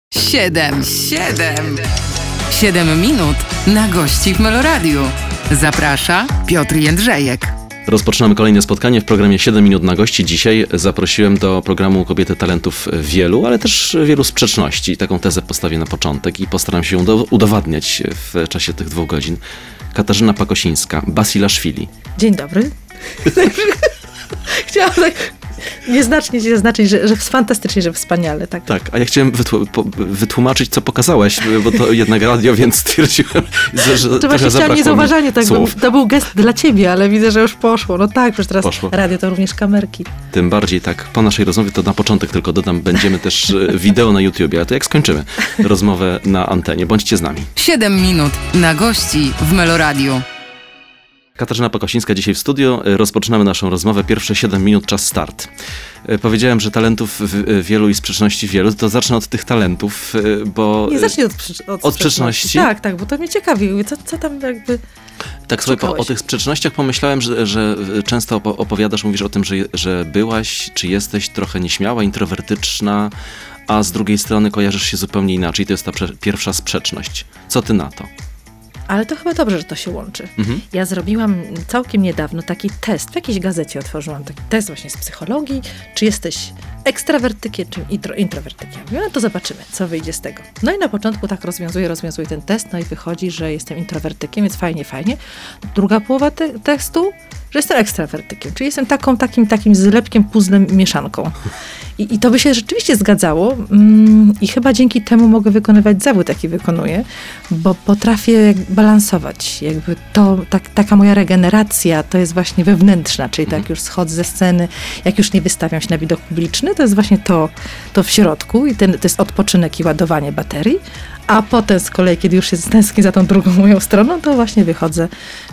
7 minut na gości w Meloradiu. Zaprasza Piotr Jędrzejek. Rozpoczynamy kolejne spotkanie w programie 7 minut na gości. Dzisiaj zaprosiłem do programu kobiety talentów wielu, ale też wielu sprzeczności. Taką tezę postawię na początek i postaram się ją udowadniać w czasie tych 2 godzin. Katarzyna Pakosińska, Basilashvili. Dzień dobry. Chciałam tak nieznacznie ci zaznaczyć, że fantastycznie, że wspaniale. Tak, a ja chciałem wytłumaczyć, co pokazałaś, bo to jednak radio, więc stwierdziłem, że to właśnie chciałam niezauważanie, tak, to był gest dla ciebie, ale widzę, że już poszło. No tak, przecież teraz poszło. Radio to również kamerki. Tym bardziej tak, po naszej rozmowie, to na początek tylko dodam, będziemy też wideo na YouTubie, ale to jak skończymy rozmowę na antenie. Bądźcie z nami. 7 minut na gości w Meloradiu. Katarzyna Pakosińska dzisiaj w studiu. Rozpoczynamy naszą rozmowę. Pierwsze 7 minut, czas start. Powiedziałem, że talentów wielu i sprzeczności wielu, to zacznę od tych talentów, bo... Nie, zacznij od sprzeczności. Tak, bo to mnie ciekawi. Co tam jakby... Tak sobie o tych sprzecznościach pomyślałem, że często opowiadasz, mówisz o tym, że byłaś, czy jesteś trochę nieśmiała, introwertyczna, a z drugiej strony kojarzysz się zupełnie inaczej. To jest ta pierwsza sprzeczność. Co ty na to? Ale to chyba dobrze, że to się łączy. Ja zrobiłam całkiem niedawno taki test, w jakiejś gazecie otworzyłam taki test właśnie z psychologii, czy jesteś ekstrawertykiem, czy introwertykiem. No to zobaczymy, co wyjdzie z tego. No i na początku tak rozwiązuję ten test, no i wychodzi, że jestem introwertykiem, więc fajnie. Druga połowa testu, że jestem ekstrawertykiem, czyli jestem takim zlepkiem, puzzlem, mieszanką. I to by się rzeczywiście zgadzało i chyba dzięki temu mogę wykonywać zawód, jaki wykonuję, bo potrafię balansować. Jakby taka moja regeneracja to jest właśnie wewnętrzna, czyli tak jak już schodzę ze sceny, jak już nie wystawiam się na widok publiczny, to jest właśnie to w środku i to jest odpoczynek i ładowanie baterii, a potem z kolei, kiedy już się stęsknię za tą drugą moją stroną, to właśnie wychodzę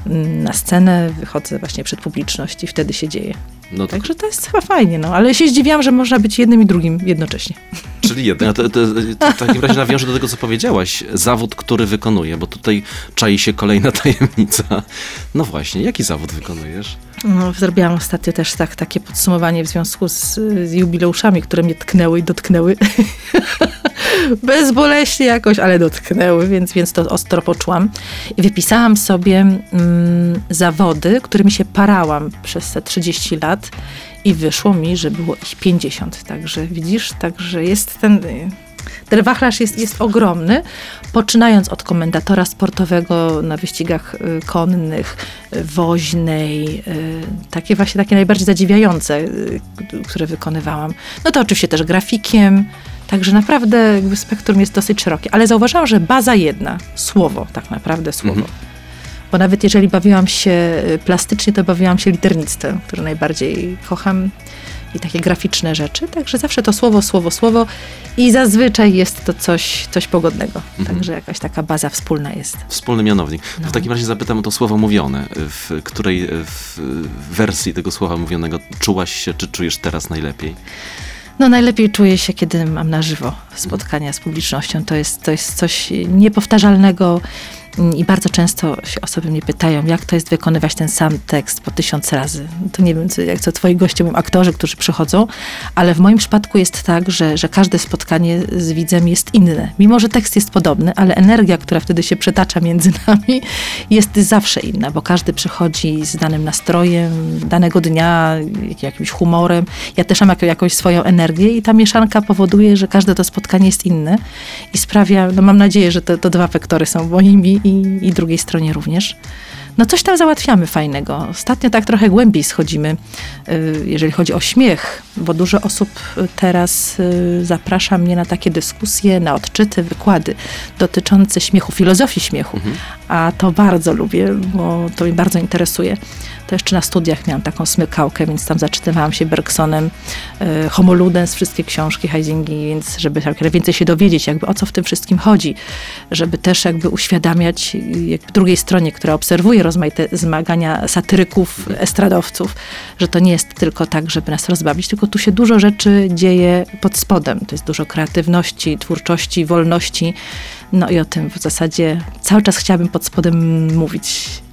na scenę, wychodzę właśnie przed publiczność i wtedy się dzieje. No to... Także to jest chyba fajnie, ale się zdziwiłam, że można być jednym i drugim jednocześnie. Czyli jedno. To w takim razie nawiążę do tego, co powiedziałaś. Zawód, który wykonuję, bo tutaj czai się kolejna tajemnica. No właśnie, jaki zawód wykonujesz? No, zrobiłam ostatnio też takie podsumowanie w związku z jubileuszami, które mnie tknęły i dotknęły. Bezboleśnie jakoś, ale dotknęły, więc to ostro poczułam. I wypisałam sobie zawody, którymi się parałam przez te 30 lat i wyszło mi, że było ich 50. Także widzisz, jest ten wachlarz jest ogromny, poczynając od komentatora sportowego na wyścigach konnych, woźnej, takie najbardziej zadziwiające, które wykonywałam. No to oczywiście też grafikiem, także naprawdę jakby spektrum jest dosyć szerokie, ale zauważyłam, że baza jedna, słowo, tak naprawdę słowo. Bo nawet jeżeli bawiłam się plastycznie, to bawiłam się liternictwem, które najbardziej kocham i takie graficzne rzeczy. Także zawsze to słowo i zazwyczaj jest to coś pogodnego. Także jakaś taka baza wspólna jest. Wspólny mianownik. No. W takim razie zapytam o to słowo mówione. W której wersji tego słowa mówionego czułaś się, czy czujesz teraz najlepiej? No najlepiej czuję się, kiedy mam na żywo spotkania z publicznością. To jest coś niepowtarzalnego i bardzo często się osoby mnie pytają, jak to jest wykonywać ten sam tekst po 1000 razy. To nie wiem, jak to twoi goście mówią, aktorzy, którzy przychodzą, ale w moim przypadku jest tak, że każde spotkanie z widzem jest inne. Mimo że tekst jest podobny, ale energia, która wtedy się przetacza między nami, jest zawsze inna, bo każdy przychodzi z danym nastrojem, danego dnia, jakimś humorem. Ja też mam jakąś swoją energię i ta mieszanka powoduje, że każde to spotkanie jest inne i sprawia, mam nadzieję, że te 2 wektory są moimi i drugiej stronie również. No coś tam załatwiamy fajnego. Ostatnio tak trochę głębiej schodzimy, jeżeli chodzi o śmiech, bo dużo osób teraz zaprasza mnie na takie dyskusje, na odczyty, wykłady dotyczące śmiechu, filozofii śmiechu. A to bardzo lubię, bo to mnie bardzo interesuje. To jeszcze na studiach miałam taką smykałkę, więc tam zaczytywałam się Bergsonem, Homo Ludens, wszystkie książki, Heisingi, więc żeby więcej się dowiedzieć, jakby o co w tym wszystkim chodzi, żeby też jakby uświadamiać jakby drugiej stronie, która obserwuje rozmaite zmagania satyryków, estradowców, że to nie jest tylko tak, żeby nas rozbawić, tylko tu się dużo rzeczy dzieje pod spodem. To jest dużo kreatywności, twórczości, wolności. No i o tym w zasadzie cały czas chciałabym pod spodem mówić.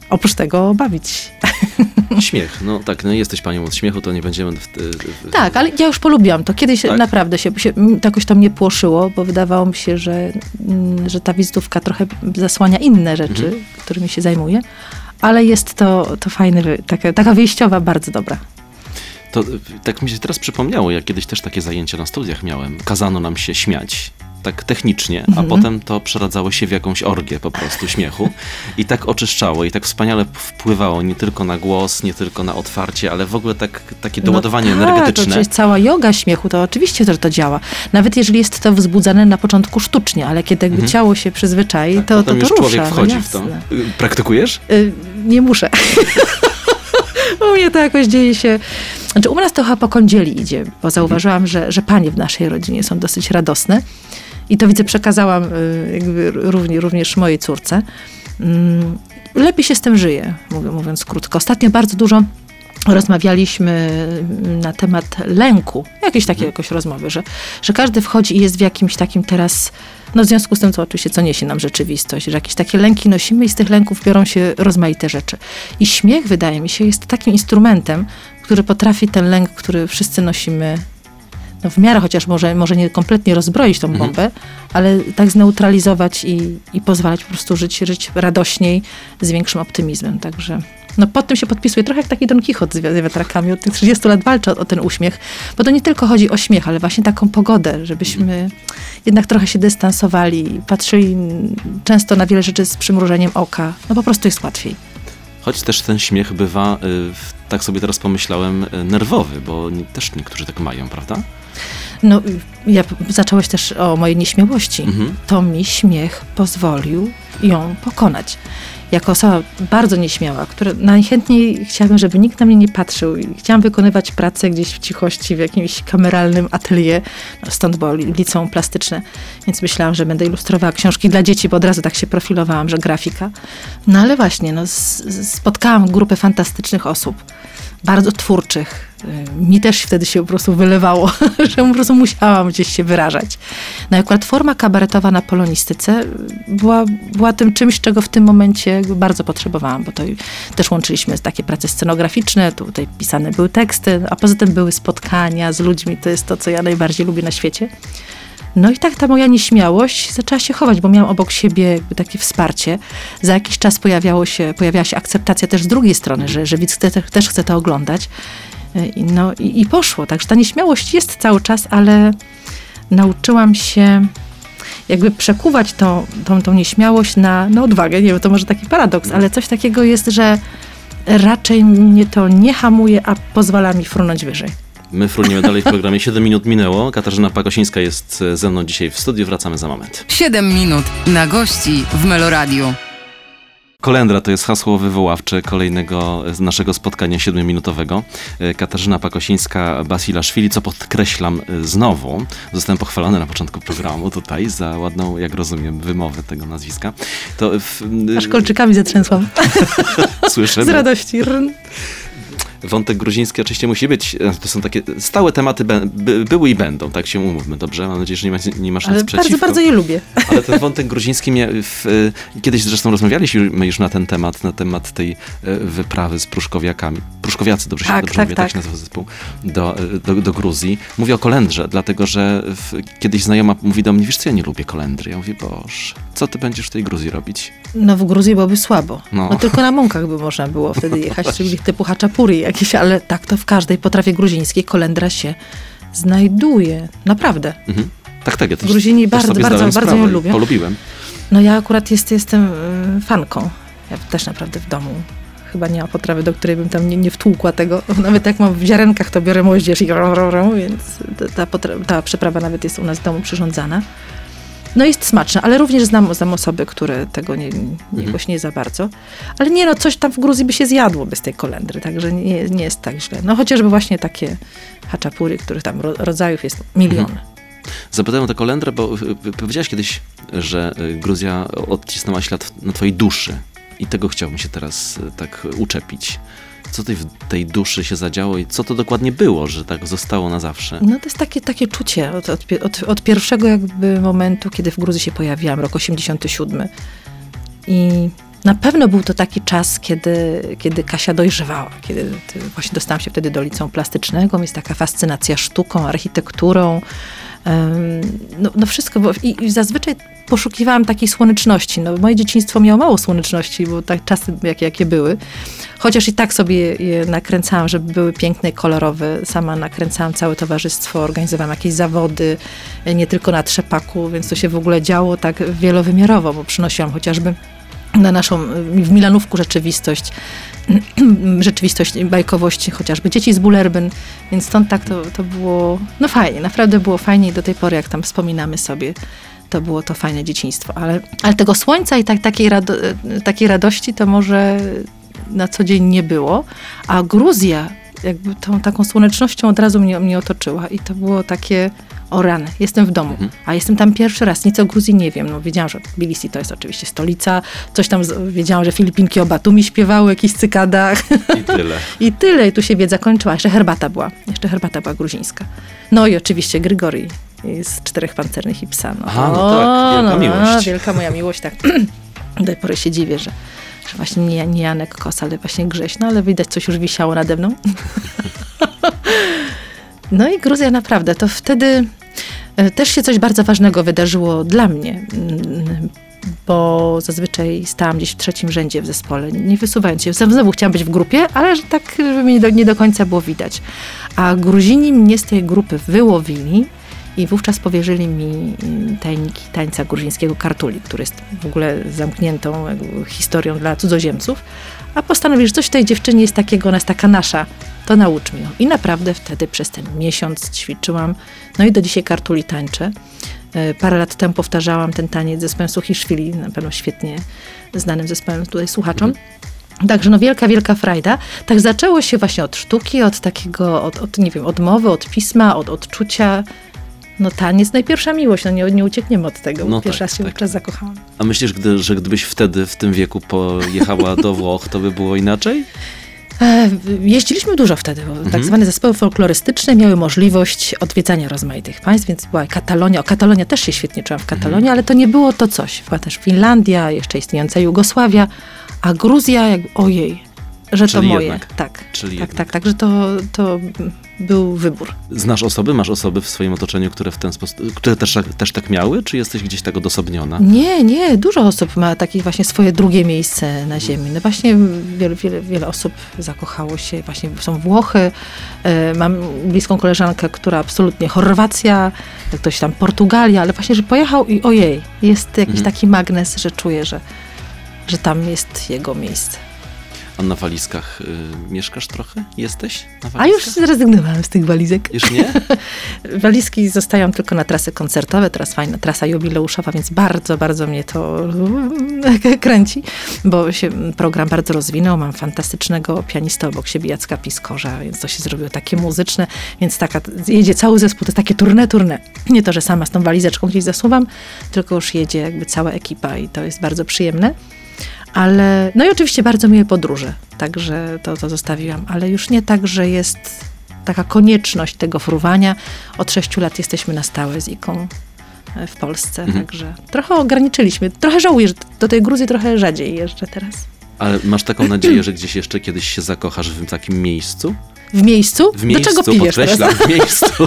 oprócz tego bawić. Śmiech, no tak, no jesteś panią od śmiechu, to nie będziemy... Tak, ale ja już polubiłam to. Kiedyś naprawdę się jakoś to mnie płoszyło, bo wydawało mi się, że ta wizytówka trochę zasłania inne rzeczy, którymi się zajmuję, ale jest to fajne, taka wyjściowa, bardzo dobra. To tak mi się teraz przypomniało, jak kiedyś też takie zajęcia na studiach miałem. Kazano nam się śmiać, tak technicznie, a potem to przeradzało się w jakąś orgię po prostu śmiechu i tak oczyszczało i tak wspaniale wpływało nie tylko na głos, nie tylko na otwarcie, ale w ogóle takie doładowanie energetyczne. To jest cała joga śmiechu, to oczywiście, że to działa. Nawet jeżeli jest to wzbudzane na początku sztucznie, ale kiedy jakby ciało się przyzwyczai, to potem już rusza. Człowiek wchodzi w to. Praktykujesz? Nie muszę. U mnie to jakoś dzieje się... Znaczy u nas to chyba po kądzieli idzie, bo zauważyłam, że panie w naszej rodzinie są dosyć radosne. I to widzę, przekazałam jakby również mojej córce. Lepiej się z tym żyje, mówiąc krótko. Ostatnio bardzo dużo rozmawialiśmy na temat lęku. Jakieś takie rozmowy, że każdy wchodzi i jest w jakimś takim teraz, w związku z tym, co niesie nam rzeczywistość, że jakieś takie lęki nosimy i z tych lęków biorą się rozmaite rzeczy. I śmiech, wydaje mi się, jest takim instrumentem, który potrafi ten lęk, który wszyscy nosimy, w miarę, chociaż może nie kompletnie rozbroić tą bombę, ale tak zneutralizować i pozwalać po prostu żyć radośniej, z większym optymizmem. Także pod tym się podpisuję. Trochę jak taki Don Kichot z wiatrakami. Od tych 30 lat walczę o ten uśmiech, bo to nie tylko chodzi o śmiech, ale właśnie taką pogodę, żebyśmy jednak trochę się dystansowali, patrzyli często na wiele rzeczy z przymrużeniem oka. Po prostu jest łatwiej. Choć też ten śmiech bywa, tak sobie teraz pomyślałem, nerwowy, bo też niektórzy tak mają, prawda? Zacząłeś też o mojej nieśmiałości. To mi śmiech pozwolił ją pokonać. Jako osoba bardzo nieśmiała, która najchętniej chciałabym, żeby nikt na mnie nie patrzył i chciałam wykonywać pracę gdzieś w cichości, w jakimś kameralnym atelier, stąd było liceum plastyczne, więc myślałam, że będę ilustrowała książki dla dzieci, bo od razu tak się profilowałam, że grafika. Ale właśnie, spotkałam grupę fantastycznych osób, bardzo twórczych. Mi też wtedy się po prostu wylewało, że po prostu musiałam gdzieś się wyrażać. Akurat forma kabaretowa na polonistyce była tym czymś, czego w tym momencie bardzo potrzebowałam, bo to też łączyliśmy takie prace scenograficzne, tutaj pisane były teksty, a poza tym były spotkania z ludźmi, to jest to, co ja najbardziej lubię na świecie. I tak ta moja nieśmiałość zaczęła się chować, bo miałam obok siebie jakby takie wsparcie. Za jakiś czas pojawiała się akceptacja też z drugiej strony, że widz też chce to oglądać. I poszło. Także ta nieśmiałość jest cały czas, ale nauczyłam się jakby przekuwać tą nieśmiałość na odwagę. Nie wiem, to może taki paradoks, ale coś takiego jest, że raczej mnie to nie hamuje, a pozwala mi frunąć wyżej. My fruniemy dalej w programie. 7 minut minęło. Katarzyna Pakosińska jest ze mną dzisiaj w studiu. Wracamy za moment. 7 minut na gości w Meloradiu. Kolendra to jest hasło wywoławcze kolejnego naszego spotkania 7-minutowego. Katarzyna Pakosińska, Basilashvili, co podkreślam znowu. Zostałem pochwalony na początku programu tutaj za ładną, jak rozumiem, wymowę tego nazwiska. Aż kolczykami zatrzęsłam. Słyszymy. Z radości. Wątek gruziński oczywiście musi być. To są takie stałe tematy, były i będą, tak się umówmy, dobrze? Mam nadzieję, że nie masz nic przeciwko. Bardzo, bardzo je lubię. Ale ten wątek gruziński kiedyś zresztą rozmawialiśmy już na ten temat tej wyprawy z pruszkowiakami. Pruszkowiacy, dobrze się mówię, tak się nazywa zespół, do Gruzji. Mówię o kolendrze, dlatego że kiedyś znajoma mówi do mnie, wiesz co, ja nie lubię kolendry. Ja mówię, Boże, co ty będziesz w tej Gruzji robić? W Gruzji byłoby słabo. Tylko na mąkach by można było wtedy jechać, czyli typu haczapuri jakieś, ale tak to w każdej potrawie gruzińskiej kolendra się znajduje. Naprawdę. Tak, ja też. W Gruzini bardzo ją lubię. Polubiłem. Ja akurat jestem fanką. Ja też naprawdę w domu chyba nie ma potrawy, do której bym tam nie wtłukła tego. Nawet jak mam w ziarenkach, to biorę moździerz i więc ta przyprawa nawet jest u nas w domu przyrządzana. Jest smaczne, ale również znam osoby, które tego nie za bardzo. Ale coś tam w Gruzji by się zjadło bez tej kolendry, także nie jest tak źle. Chociażby właśnie takie haczapuri, których tam rodzajów jest milion. Zapytałem o tę kolendrę, bo powiedziałaś kiedyś, że Gruzja odcisnęła ślad na twojej duszy i tego chciałbym się teraz tak uczepić. Co w tej duszy się zadziało i co to dokładnie było, że tak zostało na zawsze? To jest takie czucie od pierwszego jakby momentu, kiedy w Gruzji się pojawiłam, rok 87. I Na pewno był to taki czas, kiedy Kasia dojrzewała, kiedy właśnie dostałam się wtedy do liceum plastycznego, jest taka fascynacja sztuką, architekturą, no wszystko było. I zazwyczaj poszukiwałam takiej słoneczności. No, moje dzieciństwo miało mało słoneczności, bo tak czasy jakie były. Chociaż i tak sobie je nakręcałam, żeby były piękne i kolorowe. Sama nakręcałam całe towarzystwo, organizowałam jakieś zawody, nie tylko na trzepaku, więc to się w ogóle działo tak wielowymiarowo, bo przynosiłam chociażby na naszą, w Milanówku rzeczywistość bajkowości, chociażby Dzieci z Bullerbyn, więc stąd tak to było, no fajnie, naprawdę było fajnie i do tej pory, jak tam wspominamy sobie, to było to fajne dzieciństwo, ale tego słońca i takiej radości to może na co dzień nie było, a Gruzja jakby tą taką słonecznością od razu mnie otoczyła i to było takie, o rany, jestem w domu, a jestem tam pierwszy raz, nic o Gruzji nie wiem, no wiedziałam, że Tbilisi to jest oczywiście stolica, coś tam wiedziałam, że Filipinki o Batumi śpiewały, o jakichś cykadach. I tyle. I tyle, i tu się wiedza kończyła, jeszcze herbata była gruzińska. No i oczywiście Grigori z Czterech Pancernych i Psa. No. Aha, no tak, wielka miłość. Wielka moja miłość, tak. Do tej pory się dziwię, że właśnie nie Janek Kos, ale właśnie Grześ, no ale widać, coś już wisiało nade mną. No i Gruzja naprawdę, to wtedy też się coś bardzo ważnego wydarzyło dla mnie, bo zazwyczaj stałam gdzieś w trzecim rzędzie w zespole, nie wysuwając się. Znowu chciałam być w grupie, ale że tak, żeby mnie nie do końca było widać. A Gruzini mnie z tej grupy wyłowili i wówczas powierzyli mi tajniki tańca gruzińskiego Kartuli, który jest w ogóle zamkniętą historią dla cudzoziemców. A postanowili, że coś w tej dziewczynie jest takiego, ona jest taka nasza, to naucz mi ją. I naprawdę wtedy przez ten miesiąc ćwiczyłam. No i do dzisiaj Kartuli tańczę. Parę lat temu powtarzałam ten taniec z zespołem Suchiszwili, na pewno świetnie znanym zespołem tutaj słuchaczom. Także no wielka frajda. Tak zaczęło się właśnie od sztuki, od takiego, nie wiem, od mowy, od pisma, od odczucia. No taniec, najpierwsza miłość, no nie uciekniemy od tego. No pierwszy tak, raz się tak. wówczas zakochałam. A myślisz, że gdybyś wtedy, w tym wieku pojechała do Włoch, to by było inaczej? Jeździliśmy dużo wtedy, bo tak zwane zespoły folklorystyczne miały możliwość odwiedzania rozmaitych państw, więc była Katalonia. Katalonia też się świetnie czułam w Katalonii, ale to nie było to coś. Była też Finlandia, jeszcze istniejąca Jugosławia, a Gruzja jakby, ojej, że Czyli to moje. jednak. Tak, Czyli tak, jednak. także to był wybór. Masz osoby w swoim otoczeniu, które w ten sposób, które też tak miały, czy jesteś gdzieś tak odosobniona? Nie, dużo osób ma takie właśnie swoje drugie miejsce na ziemi. No właśnie wiele osób zakochało się, właśnie są Włochy, mam bliską koleżankę, która absolutnie Chorwacja, ktoś tam Portugalia, ale właśnie, że pojechał i ojej, jest jakiś taki magnes, że czuje, że tam jest jego miejsce. A na walizkach mieszkasz trochę? Jesteś na walizkach? A już zrezygnowałam z tych walizek. Już nie? Walizki zostają tylko na trasy koncertowe, teraz fajna trasa jubileuszowa, więc bardzo mnie to kręci, bo się program bardzo rozwinął, mam fantastycznego pianistę obok siebie, Jacka Piskorza, więc to się zrobiło takie muzyczne, więc jedzie cały zespół, to jest takie tournée. Nie to, że sama z tą walizeczką gdzieś zasuwam, tylko już jedzie jakby cała ekipa i to jest bardzo przyjemne. Ale, no i oczywiście bardzo miłe podróże, także to zostawiłam, ale już nie tak, że jest taka konieczność tego fruwania. Od 6 lat jesteśmy na stałe z Iką w Polsce, także trochę ograniczyliśmy. Trochę żałuję, że do tej Gruzji trochę rzadziej jeżdżę teraz. Ale masz taką nadzieję, że gdzieś jeszcze kiedyś się zakochasz w takim miejscu? W miejscu? W miejscu, do czego pijesz podkreślam, teraz? w miejscu.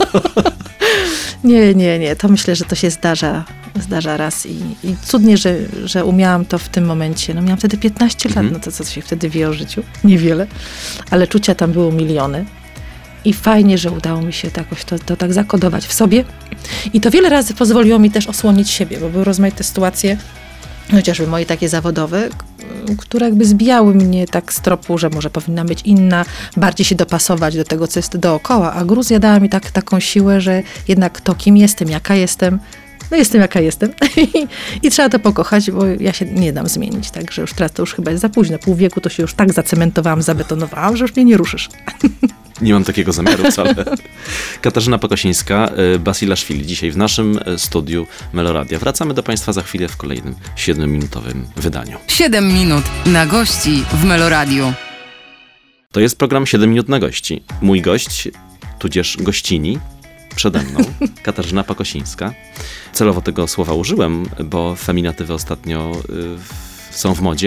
Nie. To myślę, że to się zdarza raz i cudnie, że umiałam to w tym momencie. No miałam wtedy 15 lat, no to co się wtedy wie o życiu? Niewiele. Ale czucia tam było miliony. I fajnie, że udało mi się jakoś to tak zakodować w sobie. I to wiele razy pozwoliło mi też osłonić siebie, bo były rozmaite sytuacje, chociażby moje takie zawodowe, które jakby zbijały mnie tak z tropu, że może powinna być inna, bardziej się dopasować do tego, co jest dookoła. A Gruzja dała mi taką siłę, że jednak to, kim jestem, jaka jestem, no jestem jaka jestem. I trzeba to pokochać, bo ja się nie dam zmienić. Także już teraz to już chyba jest za późno. Pół wieku to się już tak zacementowałam, zabetonowałam, że już mnie nie ruszysz. Nie mam takiego zamiaru wcale. Katarzyna Pakosińska, Basilashvili, dzisiaj w naszym studiu Meloradia. Wracamy do Państwa za chwilę w kolejnym 7-minutowym wydaniu. 7 minut na gości w Meloradiu. To jest program 7 minut na gości. Mój gość, tudzież gościni, przede mną, Katarzyna Pakosińska. Celowo tego słowa użyłem, bo feminatywy ostatnio są w modzie.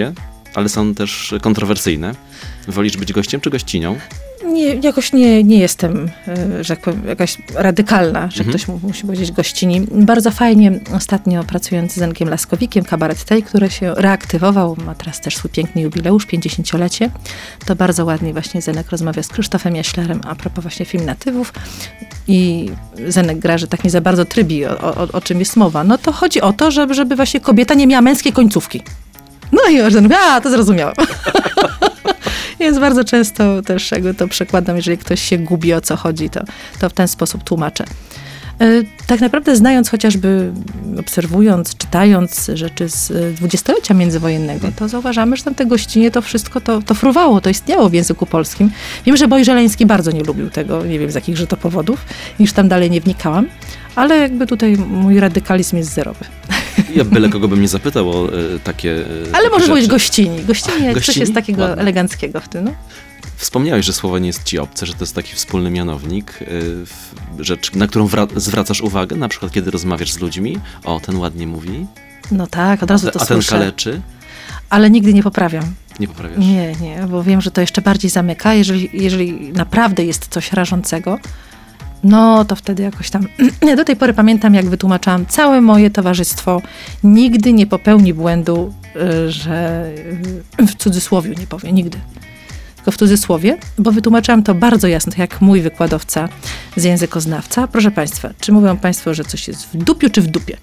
ale są też kontrowersyjne. Wolisz być gościem czy gościnią? Jakoś nie jestem, że tak powiem, jakaś radykalna, że ktoś musi powiedzieć gościni. Bardzo fajnie ostatnio pracując z Zenkiem Laskowikiem, Kabaret Tej, który się reaktywował, ma teraz też swój piękny jubileusz, 50-lecie. To bardzo ładnie właśnie Zenek rozmawia z Krzysztofem Jaślerem a propos właśnie filmnatywów i Zenek gra, że tak nie za bardzo trybi, o czym jest mowa. No to chodzi o to, żeby właśnie kobieta nie miała męskiej końcówki. No i Zenek, to zrozumiałam. Więc bardzo często też jakby to przekładam, jeżeli ktoś się gubi, o co chodzi, to w ten sposób tłumaczę. Tak naprawdę znając chociażby, obserwując, czytając rzeczy z dwudziestolecia międzywojennego, to zauważamy, że tam te gościnie, to wszystko to fruwało, to istniało w języku polskim. Wiem, że Boj Żeleński bardzo nie lubił tego, nie wiem z jakichże to powodów, już tam dalej nie wnikałam, ale jakby tutaj mój radykalizm jest zerowy. Ja byle kogo bym nie zapytał o takie Ale może rzeczy. Być gościni. Gościni, jak Gościni? coś jest takiego Ładne. eleganckiego w tym, no. Wspomniałeś, że słowo nie jest ci obce, że to jest taki wspólny mianownik, rzecz, na którą zwracasz uwagę, na przykład kiedy rozmawiasz z ludźmi, ten ładnie mówi, No tak, od razu to a ten słyszę. kaleczy. Ale nigdy nie poprawiam. Nie poprawiasz? Nie, bo wiem, że to jeszcze bardziej zamyka. Jeżeli naprawdę jest coś rażącego, no to wtedy jakoś tam... Ja do tej pory pamiętam, jak wytłumaczałam, całe moje towarzystwo nigdy nie popełni błędu, że w cudzysłowiu nie powie, nigdy. Tylko w cudzysłowie, bo wytłumaczyłam to bardzo jasno, tak jak mój wykładowca z językoznawca. Proszę Państwa, czy mówią Państwo, że coś jest w dupiu czy w dupie?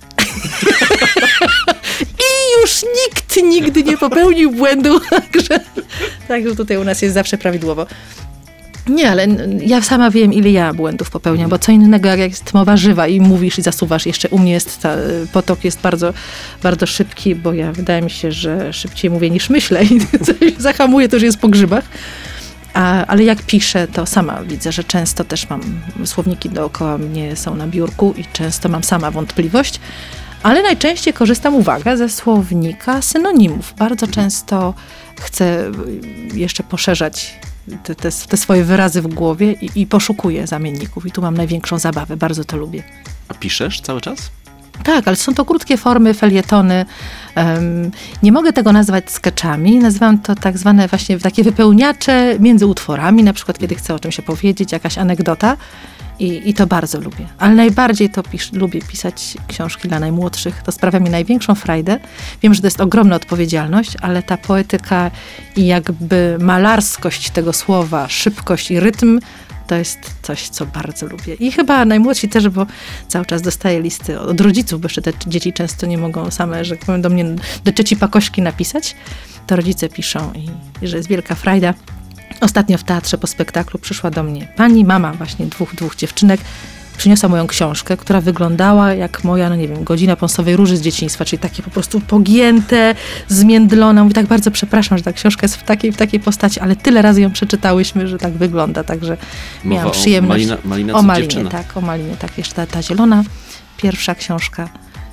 I już nikt nigdy nie popełnił błędu, także tutaj u nas jest zawsze prawidłowo. Nie, ale ja sama wiem, ile ja błędów popełniam, bo co innego, jak jest mowa żywa i mówisz i zasuwasz, jeszcze u mnie jest potok jest bardzo, bardzo szybki, bo wydaje mi się, że szybciej mówię niż myślę i coś zahamuję, to już jest po grzybach. Ale jak piszę, to sama widzę, że często też mam słowniki dookoła mnie są na biurku i często mam sama wątpliwość, ale najczęściej korzystam, uwaga, ze słownika synonimów. Bardzo często chcę jeszcze poszerzać te swoje wyrazy w głowie i poszukuję zamienników. I tu mam największą zabawę, bardzo to lubię. A piszesz cały czas? Tak, ale są to krótkie formy, felietony. Nie mogę tego nazwać skeczami. Nazywam to tak zwane właśnie takie wypełniacze między utworami, na przykład kiedy chcę o czymś opowiedzieć, jakaś anegdota. I to bardzo lubię. Ale najbardziej to lubię pisać książki dla najmłodszych. To sprawia mi największą frajdę. Wiem, że to jest ogromna odpowiedzialność, ale ta poetyka i jakby malarskość tego słowa, szybkość i rytm, to jest coś, co bardzo lubię. I chyba najmłodsi też, bo cały czas dostaję listy od rodziców, bo jeszcze te dzieci często nie mogą same, że tak powiem, do mnie, do cioci Pakośki napisać. To rodzice piszą i że jest wielka frajda. Ostatnio w teatrze po spektaklu przyszła do mnie pani, mama właśnie dwóch dziewczynek, przyniosła moją książkę, która wyglądała jak moja, godzina Pąsowej Róży z dzieciństwa, czyli takie po prostu pogięte, zmiędlone. Mówię, tak bardzo przepraszam, że ta książka jest w takiej postaci, ale tyle razy ją przeczytałyśmy, że tak wygląda, także miałam przyjemność. O Malinie, tak, jeszcze ta zielona, pierwsza książka.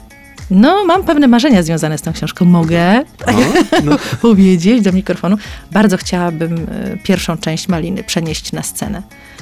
No, mam pewne marzenia związane z tą książką. Mogę powiedzieć do mikrofonu. Bardzo chciałabym pierwszą część Maliny przenieść na scenę.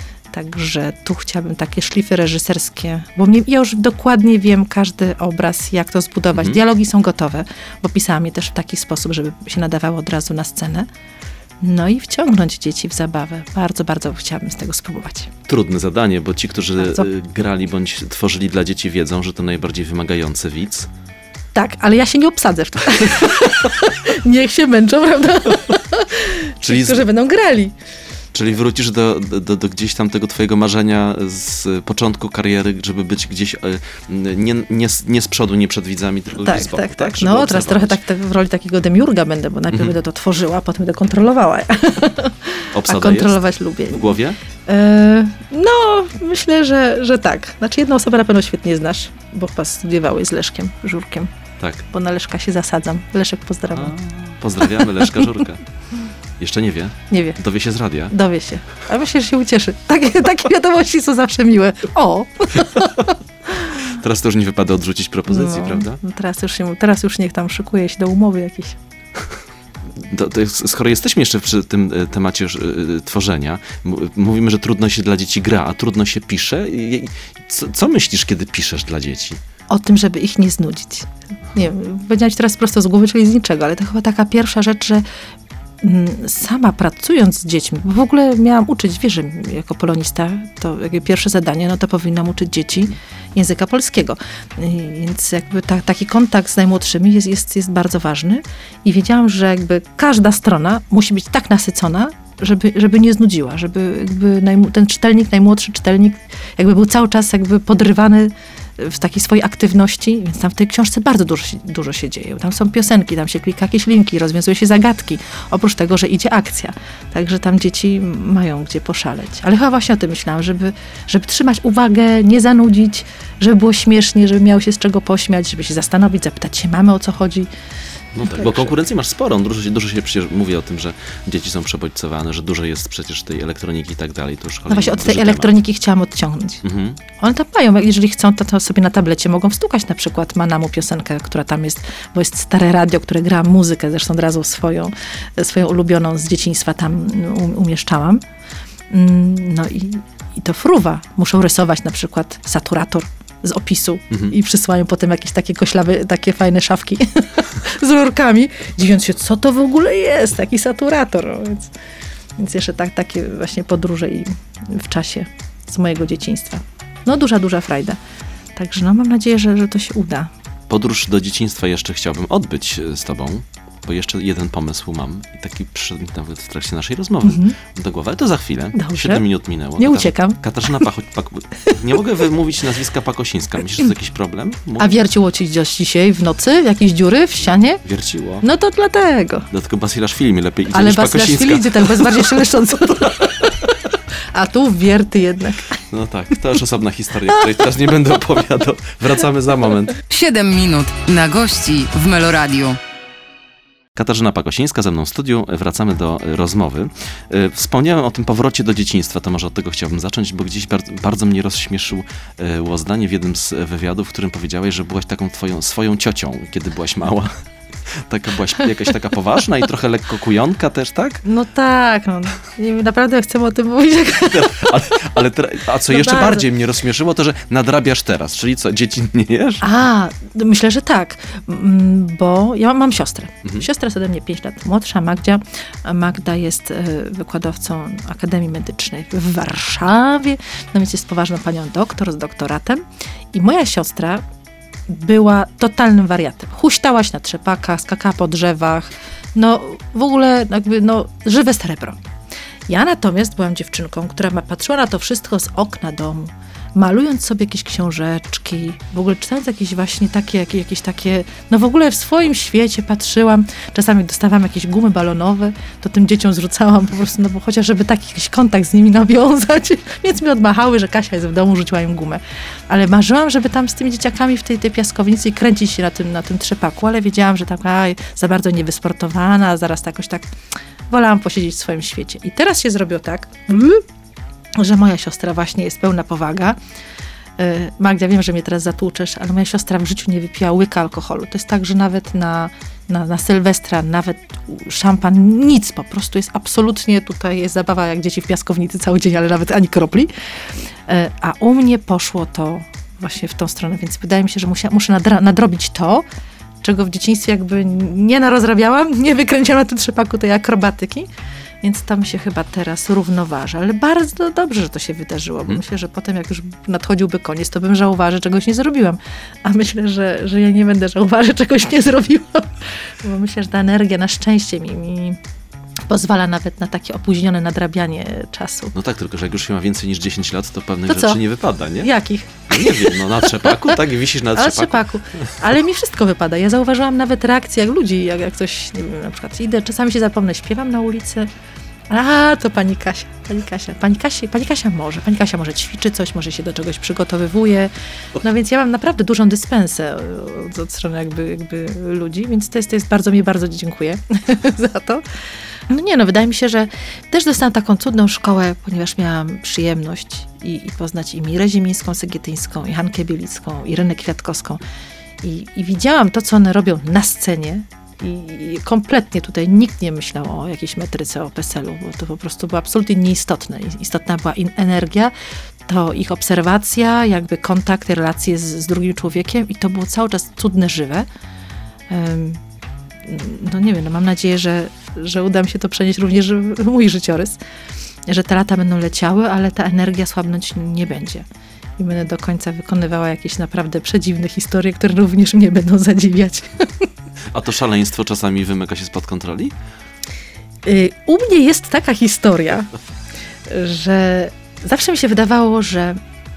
Także tu chciałabym takie szlify reżyserskie, bo ja już dokładnie wiem każdy obraz, jak to zbudować. Dialogi są gotowe, bo pisałam je też w taki sposób, żeby się nadawało od razu na scenę. No i wciągnąć dzieci w zabawę. Bardzo, bardzo chciałabym z tego spróbować. Trudne zadanie, bo ci, którzy grali bądź tworzyli dla dzieci, wiedzą, że to najbardziej wymagający widz. Tak, ale ja się nie obsadzę w to. Niech się męczą, prawda? Ci, którzy będą grali. Czyli wrócisz do gdzieś tam tego twojego marzenia z początku kariery, żeby być gdzieś nie z przodu, nie przed widzami, tylko gdzieś z boku. Tak. No teraz trochę w roli takiego demiurga będę, bo najpierw będę to tworzyła, a potem będę kontrolowała. Obsada a kontrolować jest lubię. w głowie? No, myślę, że tak. Znaczy jedną osobę na pewno świetnie znasz, bo chyba studiowałeś z Leszkiem Żurkiem. Tak. Bo na Leszka się zasadzam. Leszek, pozdrawiam. Pozdrawiamy Leszka Żurka. Jeszcze nie wie? Nie wie. Dowie się z radia? Dowie się. A myślę, że się ucieszy. Takie wiadomości są zawsze miłe. O! Teraz to już nie wypada odrzucić propozycji, prawda? No teraz już niech tam szykuje się do umowy jakiejś. Skoro jesteśmy jeszcze przy tym temacie tworzenia, mówimy, że trudno się dla dzieci gra, a trudno się pisze. Co myślisz, kiedy piszesz dla dzieci? o tym, żeby ich nie znudzić. Nie wiem, powiedziałam ci teraz prosto z głowy, czyli z niczego, ale to chyba taka pierwsza rzecz, że sama pracując z dziećmi, bo w ogóle miałam uczyć, wiesz, że jako polonista, to jakby pierwsze zadanie, no to powinnam uczyć dzieci języka polskiego. Więc jakby taki kontakt z najmłodszymi jest bardzo ważny i wiedziałam, że jakby każda strona musi być tak nasycona, żeby nie znudziła, żeby jakby ten czytelnik, najmłodszy czytelnik jakby był cały czas jakby podrywany w takiej swojej aktywności, więc tam w tej książce bardzo dużo się dzieje. Tam są piosenki, tam się klika jakieś linki, rozwiązuje się zagadki, oprócz tego, że idzie akcja. Także tam dzieci mają gdzie poszaleć. Ale chyba właśnie o tym myślałam, żeby trzymać uwagę, nie zanudzić, żeby było śmiesznie, żeby miało się z czego pośmiać, żeby się zastanowić, zapytać się mamy, o co chodzi. No tak, bo konkurencję masz sporą. Dużo się przecież mówi o tym, że dzieci są przebodźcowane, że dużo jest przecież tej elektroniki i tak dalej. To już no właśnie od tej elektroniki chciałam odciągnąć. Mhm. One tam mają, jeżeli chcą, to sobie na tablecie mogą wstukać na przykład Manamu piosenkę, która tam jest, bo jest stare radio, które gra muzykę, zresztą od razu swoją ulubioną z dzieciństwa tam umieszczałam. No i to fruwa. Muszą rysować na przykład saturator z opisu i przysyłają potem jakieś takie koślawe, takie fajne szafki z rurkami, dziwiąc się, co to w ogóle jest, taki saturator. Więc jeszcze takie właśnie podróże i w czasie z mojego dzieciństwa. No duża frajda. Także no mam nadzieję, że to się uda. Podróż do dzieciństwa jeszcze chciałbym odbyć z tobą, bo jeszcze jeden pomysł mam i taki przyszedł mi nawet w trakcie naszej rozmowy do głowy, ale to za chwilę. Dobrze. 7 minut minęło. Nie uciekam. Katarzyna nie mogę wymówić nazwiska Pakosińska. Myślisz, że to jakiś problem? A wierciło ci gdzieś dzisiaj w nocy? Jakieś dziury w ścianie? Wierciło. No to dlatego. Dlatego Basilashvili mi lepiej idzie ale niż Pakosińska. Ale Basilashvili idzie ten bez bardziej szeleszczący. A tu wierty jednak. No tak, to już osobna historia, której teraz nie będę opowiadał. Wracamy za moment. 7 minut na gości w Meloradiu. Katarzyna Pakosińska ze mną w studiu. Wracamy do rozmowy. Wspomniałem o tym powrocie do dzieciństwa, to może od tego chciałbym zacząć, bo gdzieś bardzo mnie rozśmieszyło zdanie w jednym z wywiadów, w którym powiedziałeś, że byłaś taką swoją ciocią, kiedy byłaś mała. Byłaś jakaś taka poważna i trochę lekko kujonka też, tak? No tak, no. Naprawdę chcemy o tym mówić. A co jeszcze bardziej mnie rozśmieszyło, to że nadrabiasz teraz, czyli co, dziecinniejesz? Myślę, że tak, bo ja mam siostrę. Siostra jest ode mnie 5 lat młodsza, Magda jest wykładowcą Akademii Medycznej w Warszawie, no więc jest poważną panią doktor z doktoratem i moja siostra była totalnym wariatem. Huśtała się na trzepakach, skakała po drzewach, no w ogóle jakby żywe srebro. Ja natomiast byłam dziewczynką, która patrzyła na to wszystko z okna domu, malując sobie jakieś książeczki, w ogóle czytając jakieś właśnie jakieś takie, no w ogóle w swoim świecie patrzyłam, czasami dostawałam jakieś gumy balonowe, to tym dzieciom zrzucałam po prostu, no bo chociaż żeby taki jakiś kontakt z nimi nawiązać, więc mi odmachały, że Kasia jest w domu, rzuciła im gumę. Ale marzyłam, żeby tam z tymi dzieciakami w tej piaskownicy i kręcić się na tym trzepaku, ale wiedziałam, że za bardzo niewysportowana, zaraz jakoś tak wolałam posiedzieć w swoim świecie. I teraz się zrobiło tak, że moja siostra właśnie jest pełna powaga. Magda, wiem, że mnie teraz zatłuczesz, ale moja siostra w życiu nie wypiła łyka alkoholu. To jest tak, że nawet na Sylwestra, nawet szampan, nic, po prostu jest absolutnie, tutaj jest zabawa jak dzieci w piaskownicy cały dzień, ale nawet ani kropli. A u mnie poszło to właśnie w tą stronę, więc wydaje mi się, że muszę nadrobić to, czego w dzieciństwie jakby nie narozrabiałam, nie wykręciłam na tym trzepaku tej akrobatyki. Więc tam się chyba teraz równoważy. Ale bardzo dobrze, że to się wydarzyło, bo myślę, że potem jak już nadchodziłby koniec, to bym żałowała, że czegoś nie zrobiłam. A myślę, że ja nie będę żałowała, że czegoś nie zrobiłam. Bo myślę, że ta energia na szczęście mi pozwala nawet na takie opóźnione nadrabianie czasu. No tak, tylko że jak już się ma więcej niż 10 lat, to pewnych rzeczy nie wypada, nie? Jakich? No nie wiem, na trzepaku, tak? I wisisz na trzepaku. Ale mi wszystko wypada. Ja zauważyłam nawet reakcje jak ludzi, jak coś, nie wiem, na przykład idę, czasami się zapomnę, śpiewam na ulicy. To pani Kasia. Pani Kasia może ćwiczy coś, może się do czegoś przygotowywuje. No więc ja mam naprawdę dużą dyspensę od strony jakby ludzi, więc to jest bardzo dziękuję za to. Wydaje mi się, że też dostałam taką cudną szkołę, ponieważ miałam przyjemność i poznać i Mirę Ziemińską-Segietyńską, i Hankę Bielicką, i Renę Kwiatkowską. I widziałam to, co one robią na scenie. I kompletnie tutaj nikt nie myślał o jakiejś metryce, o PESEL-u, bo to po prostu było absolutnie nieistotne. Istotna była energia, to ich obserwacja, jakby kontakt, relacje z drugim człowiekiem i to było cały czas cudne, żywe. No nie wiem, no mam nadzieję, że uda mi się to przenieść również w mój życiorys, że te lata będą leciały, ale ta energia słabnąć nie będzie. I będę do końca wykonywała jakieś naprawdę przedziwne historie, które również mnie będą zadziwiać. A to szaleństwo czasami wymyka się spod kontroli? U mnie jest taka historia, że zawsze mi się wydawało, że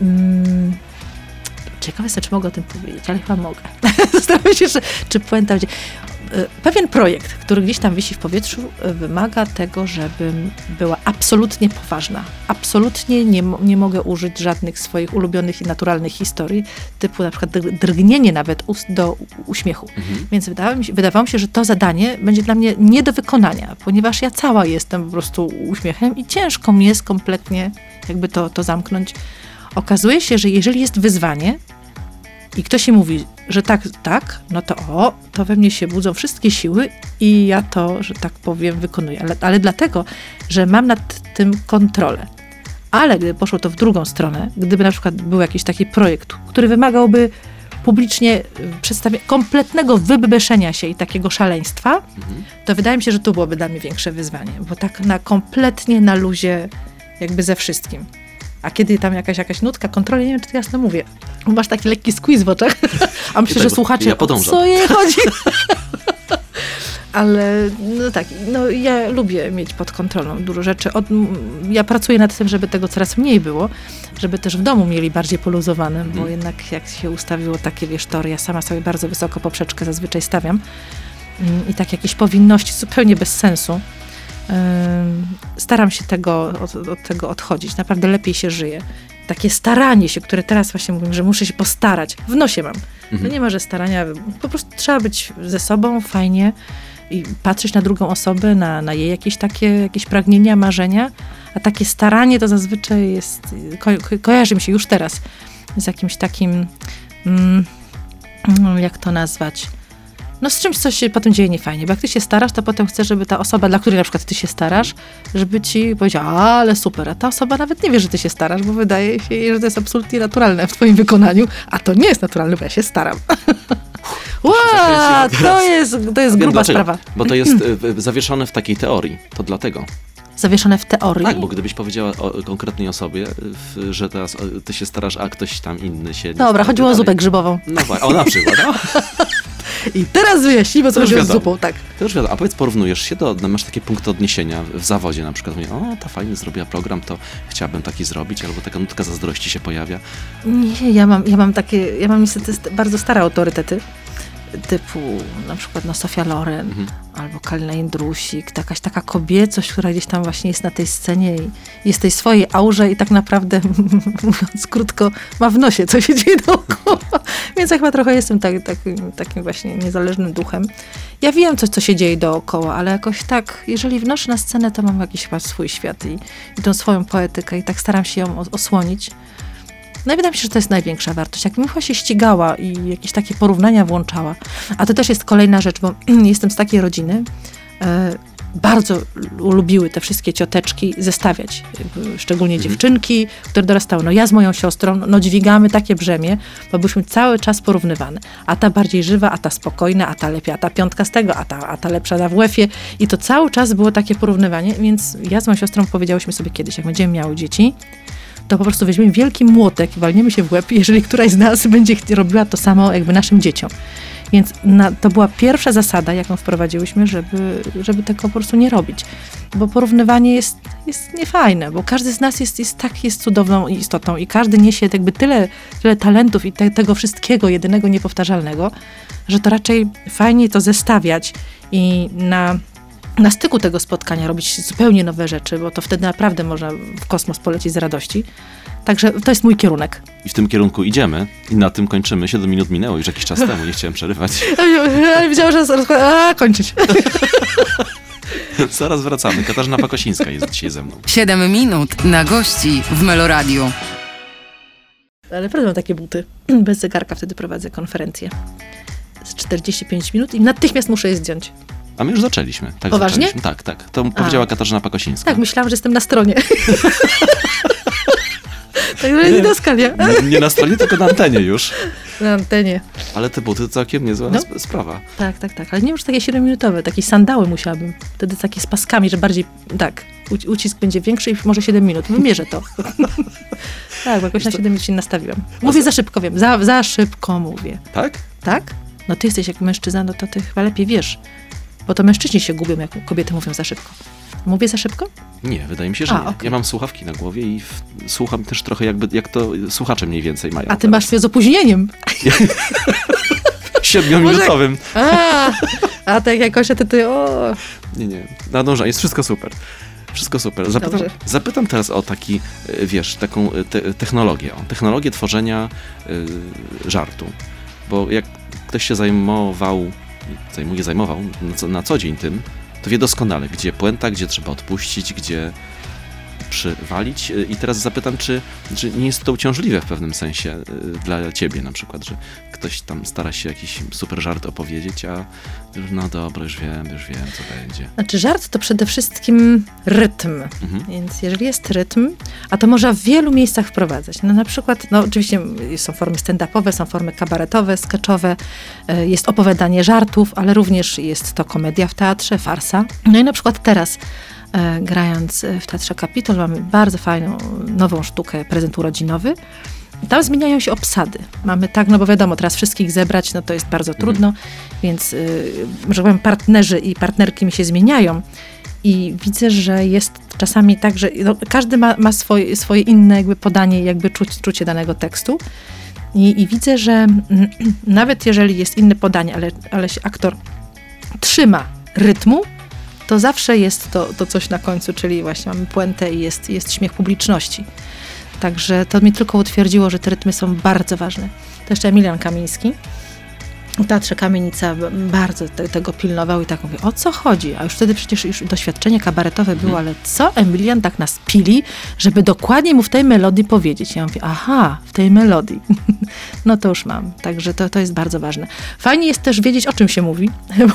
ciekawe jest, czy mogę o tym powiedzieć, ale chyba mogę. Zastanawiam się, czy puenta będzie. Pewien projekt, który gdzieś tam wisi w powietrzu, wymaga tego, żebym była absolutnie poważna. Absolutnie nie mogę użyć żadnych swoich ulubionych i naturalnych historii, typu na przykład drgnienie nawet ust do uśmiechu. Więc wydawało mi się, że to zadanie będzie dla mnie nie do wykonania, ponieważ ja cała jestem po prostu uśmiechem i ciężko mi jest kompletnie jakby to zamknąć. Okazuje się, że jeżeli jest wyzwanie, i ktoś mi mówi, że tak, no to we mnie się budzą wszystkie siły i ja to, że tak powiem, wykonuję. Ale dlatego, że mam nad tym kontrolę. Ale gdyby poszło to w drugą stronę, gdyby na przykład był jakiś taki projekt, który wymagałby publicznie przedstawienia, kompletnego wybeszenia się i takiego szaleństwa, to wydaje mi się, że tu byłoby dla mnie większe wyzwanie. Bo tak kompletnie na luzie jakby ze wszystkim. A kiedy tam jakaś nutka kontroli, nie wiem, czy to jasno mówię. Masz taki lekki squeeze w oczach, a myślę, że słuchacze, o co jej chodzi? Ale no tak, no ja lubię mieć pod kontrolą dużo rzeczy. Ja pracuję nad tym, żeby tego coraz mniej było, żeby też w domu mieli bardziej poluzowane, bo jednak jak się ustawiło takie, tory, ja sama sobie bardzo wysoko poprzeczkę zazwyczaj stawiam i tak jakieś powinności zupełnie bez sensu. Staram się od tego odchodzić. Naprawdę lepiej się żyje. Takie staranie się, które teraz właśnie mówię, że muszę się postarać. W nosie mam. No nie ma, że starania. Po prostu trzeba być ze sobą fajnie i patrzeć na drugą osobę, na jej jakieś pragnienia, marzenia. A takie staranie to zazwyczaj jest, kojarzy mi się już teraz z jakimś takim, jak to nazwać, no z czymś, coś się potem dzieje niefajnie, bo jak ty się starasz, to potem chcesz, żeby ta osoba, dla której na przykład ty się starasz, żeby ci powiedziała, ale super, a ta osoba nawet nie wie, że ty się starasz, bo wydaje się jej, że to jest absolutnie naturalne w twoim wykonaniu, a to nie jest naturalne, bo ja się staram. To jest gruba sprawa. Bo to jest zawieszone w takiej teorii, to dlatego. Zawieszone w teorii? Tak, bo gdybyś powiedziała o konkretnej osobie, że teraz ty się starasz, a ktoś tam inny się... Dobra, chodziło o zupę grzybową. No właśnie, na przykład. No. I teraz wyjaśnimy, co chodzi z zupą, tak. To już wiadomo. A powiedz, porównujesz się masz takie punkty odniesienia w zawodzie na przykład. Mówię, ta fajnie zrobiła program, to chciałabym taki zrobić, albo taka nutka zazdrości się pojawia. Nie, ja mam niestety bardzo stare autorytety, typu na przykład Sofia Loren, albo Kalina Jędrusik, jakaś taka kobiecość, która gdzieś tam właśnie jest na tej scenie i jest w tej swojej aurze i tak naprawdę, mówiąc krótko, ma w nosie, co się dzieje dookoła. Więc ja chyba trochę jestem takim właśnie niezależnym duchem. Ja wiem co się dzieje dookoła, ale jakoś tak, jeżeli wnoszę na scenę, to mam jakiś chyba swój świat i tą swoją poetykę i tak staram się ją osłonić. No i wydaje mi się, że to jest największa wartość. Jak Michała się ścigała i jakieś takie porównania włączała, a to też jest kolejna rzecz, bo jestem z takiej rodziny, bardzo lubiły te wszystkie cioteczki zestawiać, szczególnie dziewczynki, które dorastały. No ja z moją siostrą, dźwigamy takie brzemię, bo byliśmy cały czas porównywane. A ta bardziej żywa, a ta spokojna, a ta lepiej, a ta piątka z tego, a ta lepsza na WF-ie. I to cały czas było takie porównywanie, więc ja z moją siostrą powiedziałyśmy sobie kiedyś, jak będziemy miały dzieci, to po prostu weźmiemy wielki młotek i walniemy się w łeb, jeżeli któraś z nas będzie robiła to samo jakby naszym dzieciom. Więc to była pierwsza zasada, jaką wprowadziłyśmy, żeby tego po prostu nie robić. Bo porównywanie jest niefajne, bo każdy z nas jest cudowną istotą i każdy niesie jakby tyle talentów i tego wszystkiego jedynego, niepowtarzalnego, że to raczej fajnie to zestawiać i na styku tego spotkania robić zupełnie nowe rzeczy, bo to wtedy naprawdę można w kosmos polecieć z radości. Także to jest mój kierunek. I w tym kierunku idziemy i na tym kończymy. 7 minut minęło już jakiś czas temu, nie chciałem przerywać. Ale widziałam, że kończyć. Zaraz wracamy. Katarzyna Pakosińska jest dzisiaj ze mną. 7 minut na gości w Meloradiu. Ale naprawdę mam takie buty. Bez zegarka wtedy prowadzę konferencję. Z 45 minut i natychmiast muszę je zdjąć. A my już zaczęliśmy. Tak, poważnie? Tak. To powiedziała Katarzyna Pakosińska. Tak, myślałam, że jestem na stronie. Także didaskalia. Nie na stronie, tylko na antenie już. Na antenie. Ale te buty to całkiem niezła sprawa. Tak. Ale nie już takie 7-minutowe, takie sandały musiałabym. Wtedy takie z paskami, że bardziej, tak, ucisk będzie większy i może 7 minut. Wymierzę to. Tak, bo jakoś na 7 minut się nastawiłam. Mówię za szybko, wiem. Za szybko mówię. Tak? Tak? No ty jesteś jak mężczyzna, no to ty chyba lepiej wiesz. Bo to mężczyźni się gubią, jak kobiety mówią za szybko. Mówię za szybko? Nie, wydaje mi się, że nie. Okay. Ja mam słuchawki na głowie i słucham też trochę jak to słuchacze mniej więcej mają. A ty masz z opóźnieniem. 7-minutowym. A tak jakoś ty Nie. Nadąża, jest wszystko super. Wszystko super. Zapytam teraz o taki, taką technologię. O technologię tworzenia żartu. Bo jak ktoś się zajmował na co dzień tym, to wie doskonale, gdzie puenta, gdzie trzeba odpuścić, gdzie przywalić. I teraz zapytam, czy nie jest to uciążliwe w pewnym sensie dla ciebie na przykład, że ktoś tam stara się jakiś super żart opowiedzieć, a no dobra, już wiem, co będzie. Znaczy żart to przede wszystkim rytm. Więc jeżeli jest rytm, a to można w wielu miejscach wprowadzać. No na przykład, oczywiście są formy stand-upowe, są formy kabaretowe, sketchowe, jest opowiadanie żartów, ale również jest to komedia w teatrze, farsa. No i na przykład teraz grając w Teatrze Kapitol mamy bardzo fajną, nową sztukę, prezent urodzinowy. Tam zmieniają się obsady. Mamy tak, no bo wiadomo, teraz wszystkich zebrać, no to jest bardzo trudno, więc, że powiem, partnerzy i partnerki mi się zmieniają i widzę, że jest czasami tak, że każdy ma swoje inne jakby podanie, jakby czucie danego tekstu i widzę, że nawet jeżeli jest inne podanie, ale się aktor trzyma rytmu, to zawsze jest to coś na końcu, czyli właśnie mamy puentę i jest śmiech publiczności. Także to mnie tylko utwierdziło, że te rytmy są bardzo ważne. To jeszcze Emilian Kamiński w Teatrze Kamienica bardzo tego pilnował i tak mówię, o co chodzi? A już wtedy przecież już doświadczenie kabaretowe było, ale co Emilian tak nas pili, żeby dokładnie mu w tej melodii powiedzieć? Ja mówię, aha, w tej melodii. No to już mam. Także to jest bardzo ważne. Fajnie jest też wiedzieć, o czym się mówi,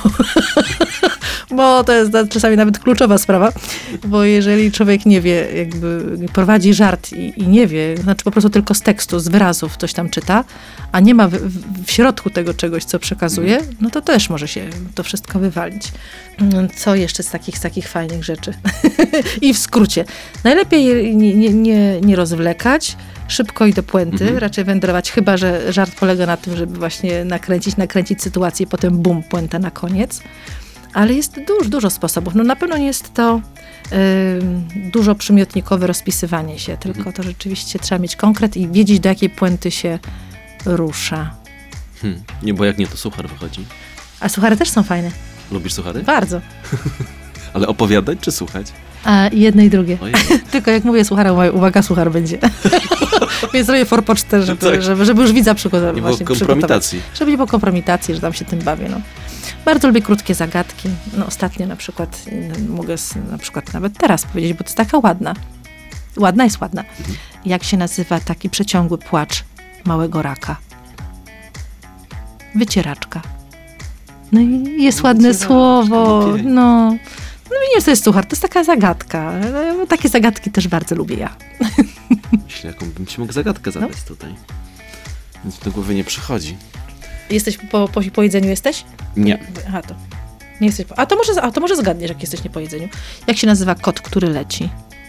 bo to jest czasami nawet kluczowa sprawa, bo jeżeli człowiek nie wie, jakby prowadzi żart i nie wie, znaczy po prostu tylko z tekstu, z wyrazów coś tam czyta, a nie ma w środku tego czegoś, co przekazuje, no to też może się to wszystko wywalić. Co jeszcze z takich fajnych rzeczy? I w skrócie. Najlepiej nie rozwlekać, szybko i do puenty, raczej wędrować, chyba że żart polega na tym, żeby właśnie nakręcić sytuację i potem bum, puenta na koniec. Ale jest dużo sposobów. No na pewno nie jest to dużo przymiotnikowe rozpisywanie się, tylko to rzeczywiście trzeba mieć konkret i wiedzieć, do jakiej puenty się rusza. Nie, bo jak nie, to suchar wychodzi. A suchary też są fajne. Lubisz suchary? Bardzo. Ale opowiadać czy słuchać? A jedno i drugie. Tylko jak mówię suchara, uwaga, suchar będzie. Więc robię forpocztę, żeby już widza przygotować. Nie było kompromitacji. Żeby nie było kompromitacji, że tam się tym bawię. No. Bardzo lubię krótkie zagadki. No, ostatnio na przykład mogę nawet teraz powiedzieć, bo to jest taka ładna. Ładna jest ładna. Jak się nazywa taki przeciągły płacz małego raka? Wycieraczka. No i jest ładne słowo. Okay. No nie wiem, co jest suchar, to jest taka zagadka. Takie zagadki też bardzo lubię ja. Myślę, jaką bym ci mógł zagadkę zadać tutaj. Nic do głowy nie przychodzi. Jesteś po jedzeniu jesteś? Nie. Aha, to nie jesteś. A to może zgadniesz, jak jesteś nie po jedzeniu. Jak się nazywa kot, który leci?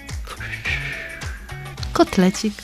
Kotlecik.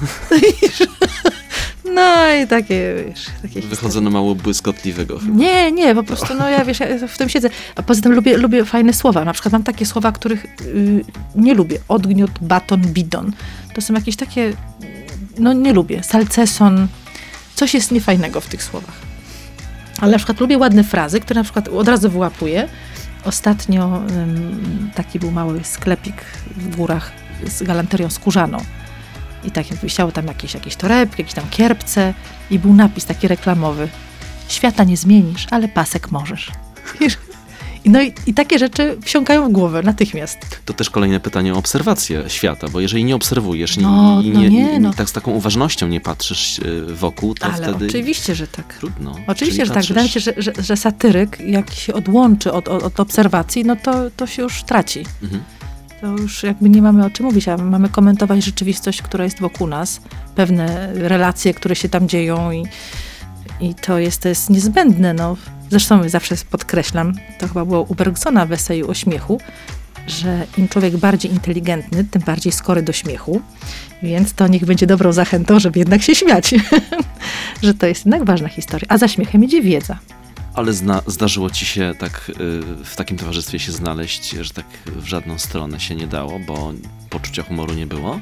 No i takie, wiesz, takie Wychodzę na mało błyskotliwego chyba. Nie, po prostu, ja w tym siedzę. A poza tym lubię fajne słowa. Na przykład mam takie słowa, których nie lubię. Odgniot, baton, bidon. To są jakieś takie, nie lubię. Salceson. Coś jest niefajnego w tych słowach. Ale na przykład lubię ładne frazy, które na przykład od razu wyłapuję. Ostatnio taki był mały sklepik w górach z galanterią skórzaną. I tak wisiało tam jakieś torebki, jakieś tam kierpce i był napis taki reklamowy. Świata nie zmienisz, ale pasek możesz. I takie rzeczy wsiąkają w głowę natychmiast. To też kolejne pytanie o obserwację świata, bo jeżeli nie obserwujesz tak z taką uważnością nie patrzysz wokół, to ale wtedy... oczywiście, że tak. Trudno. Oczywiście, że tak. Wydaje mi się, że satyryk, jak się odłączy od obserwacji, no to się już traci. To już jakby nie mamy o czym mówić, a mamy komentować rzeczywistość, która jest wokół nas, pewne relacje, które się tam dzieją i to jest niezbędne. No. Zresztą zawsze podkreślam, to chyba było u Bergsona w eseju o śmiechu, że im człowiek bardziej inteligentny, tym bardziej skory do śmiechu, więc to niech będzie dobrą zachętą, żeby jednak się śmiać, że to jest jednak ważna historia, a za śmiechem idzie wiedza. Ale zdarzyło ci się tak w takim towarzystwie się znaleźć, że tak w żadną stronę się nie dało, bo poczucia humoru nie było?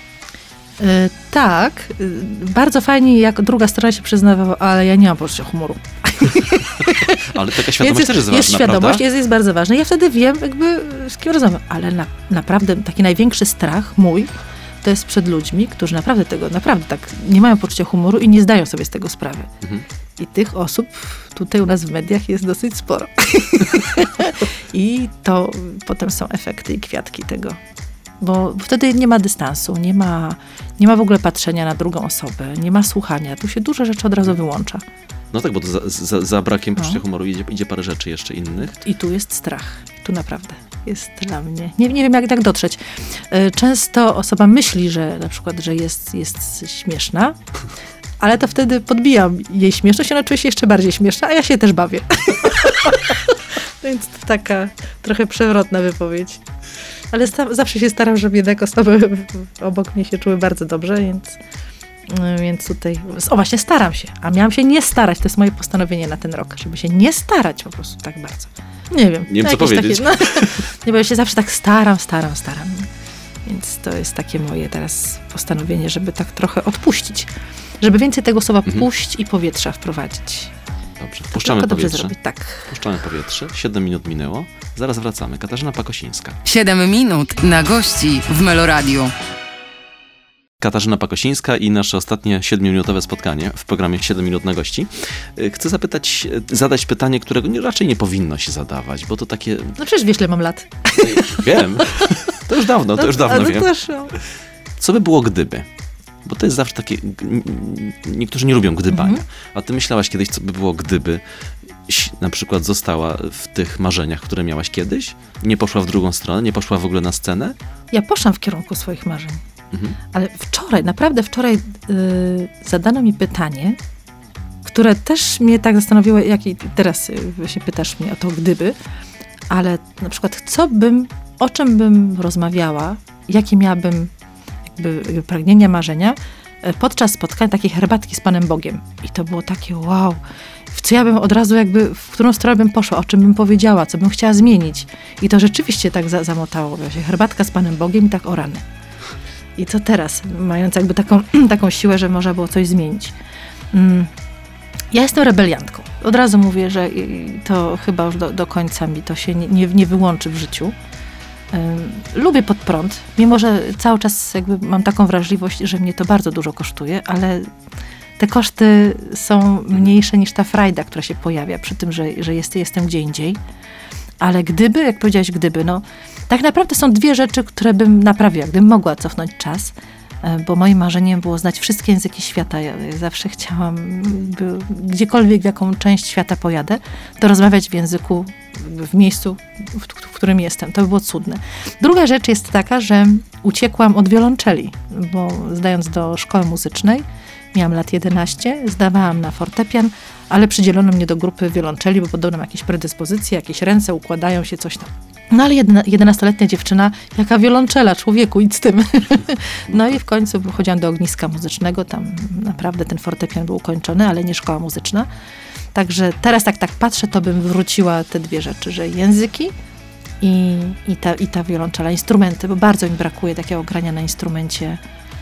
Tak, bardzo fajnie, jak druga strona się przyznawała, ale ja nie mam poczucia humoru. Ale taka świadomość też jest ważna, jest świadomość, prawda? jest bardzo ważna. Ja wtedy wiem, jakby z kim rozmawiam, ale naprawdę taki największy strach mój to jest przed ludźmi, którzy naprawdę tak nie mają poczucia humoru i nie zdają sobie z tego sprawy. I tych osób tutaj u nas w mediach jest dosyć sporo. I to potem są efekty i kwiatki tego. Bo wtedy nie ma dystansu, nie ma w ogóle patrzenia na drugą osobę, nie ma słuchania. Tu się dużo rzeczy od razu wyłącza. No tak, bo to za brakiem poczucia humoru idzie parę rzeczy jeszcze innych. I tu jest strach. Tu naprawdę jest dla mnie. Nie wiem, jak tak dotrzeć. Często osoba myśli, że na przykład, że jest śmieszna, ale to wtedy podbijam jej śmieszność, ona czuje się jeszcze bardziej śmieszna, a ja się też bawię. Więc to taka trochę przewrotna wypowiedź. Ale zawsze się staram, żeby jednak osoby obok mnie się czuły bardzo dobrze, więc tutaj... O właśnie, staram się. A miałam się nie starać. To jest moje postanowienie na ten rok, żeby się nie starać po prostu tak bardzo. Nie wiem. Nie wiem, co powiedzieć. Nie, bo ja się zawsze tak staram. Więc to jest takie moje teraz postanowienie, żeby tak trochę odpuścić. Żeby więcej tego słowa puść i powietrza wprowadzić. Dobrze, puszczamy powietrze. Zrobić, tak. Puszczamy powietrze. 7 minut minęło. Zaraz wracamy. Katarzyna Pakosińska. 7 minut na gości w Meloradiu. Katarzyna Pakosińska i nasze ostatnie 7-minutowe spotkanie w programie 7 minut na gości. Chcę zadać pytanie, którego raczej nie powinno się zadawać, bo to takie... No przecież wiesz, ile mam lat. Wiem. To już dawno wiem. Też... Co by było gdyby? Bo to jest zawsze takie... Niektórzy nie lubią gdybania. A ty myślałaś kiedyś, co by było gdyby na przykład została w tych marzeniach, które miałaś kiedyś? Nie poszła w drugą stronę? Nie poszła w ogóle na scenę? Ja poszłam w kierunku swoich marzeń. Ale naprawdę wczoraj zadano mi pytanie, które też mnie tak zastanowiło, teraz właśnie pytasz mnie o to gdyby, ale na przykład o czym bym rozmawiała, jakie miałabym jakby pragnienia, marzenia podczas spotkań takiej herbatki z Panem Bogiem. I to było takie wow, w co ja bym od razu w którą stronę bym poszła, o czym bym powiedziała, co bym chciała zmienić. I to rzeczywiście tak zamotało. Właśnie herbatka z Panem Bogiem i tak o rany. I to teraz, mając jakby taką siłę, że można było coś zmienić. Ja jestem rebeliantką. Od razu mówię, że to chyba już do końca mi to się nie wyłączy w życiu. Lubię pod prąd, mimo że cały czas jakby mam taką wrażliwość, że mnie to bardzo dużo kosztuje, ale te koszty są mniejsze niż ta frajda, która się pojawia przy tym, że jestem gdzie indziej. Ale jak powiedziałaś no tak naprawdę są dwie rzeczy, które bym naprawiła, gdybym mogła cofnąć czas, bo moim marzeniem było znać wszystkie języki świata. Ja zawsze chciałam, gdziekolwiek, w jaką część świata pojadę, to rozmawiać w języku, w miejscu, w którym jestem. To by było cudne. Druga rzecz jest taka, że uciekłam od wiolonczeli, bo zdając do szkoły muzycznej, miałam lat 11, zdawałam na fortepian, ale przydzielono mnie do grupy wiolonczeli, bo podobno mam jakieś predyspozycje, jakieś ręce układają się, coś tam. No ale 11-letnia dziewczyna, jaka wiolonczela, człowieku, idź z tym. No i w końcu chodziłam do ogniska muzycznego, tam naprawdę ten fortepian był ukończony, ale nie szkoła muzyczna. Także teraz tak patrzę, to bym wróciła te dwie rzeczy, że języki i ta wiolonczela, instrumenty, bo bardzo mi brakuje takiego grania na instrumencie.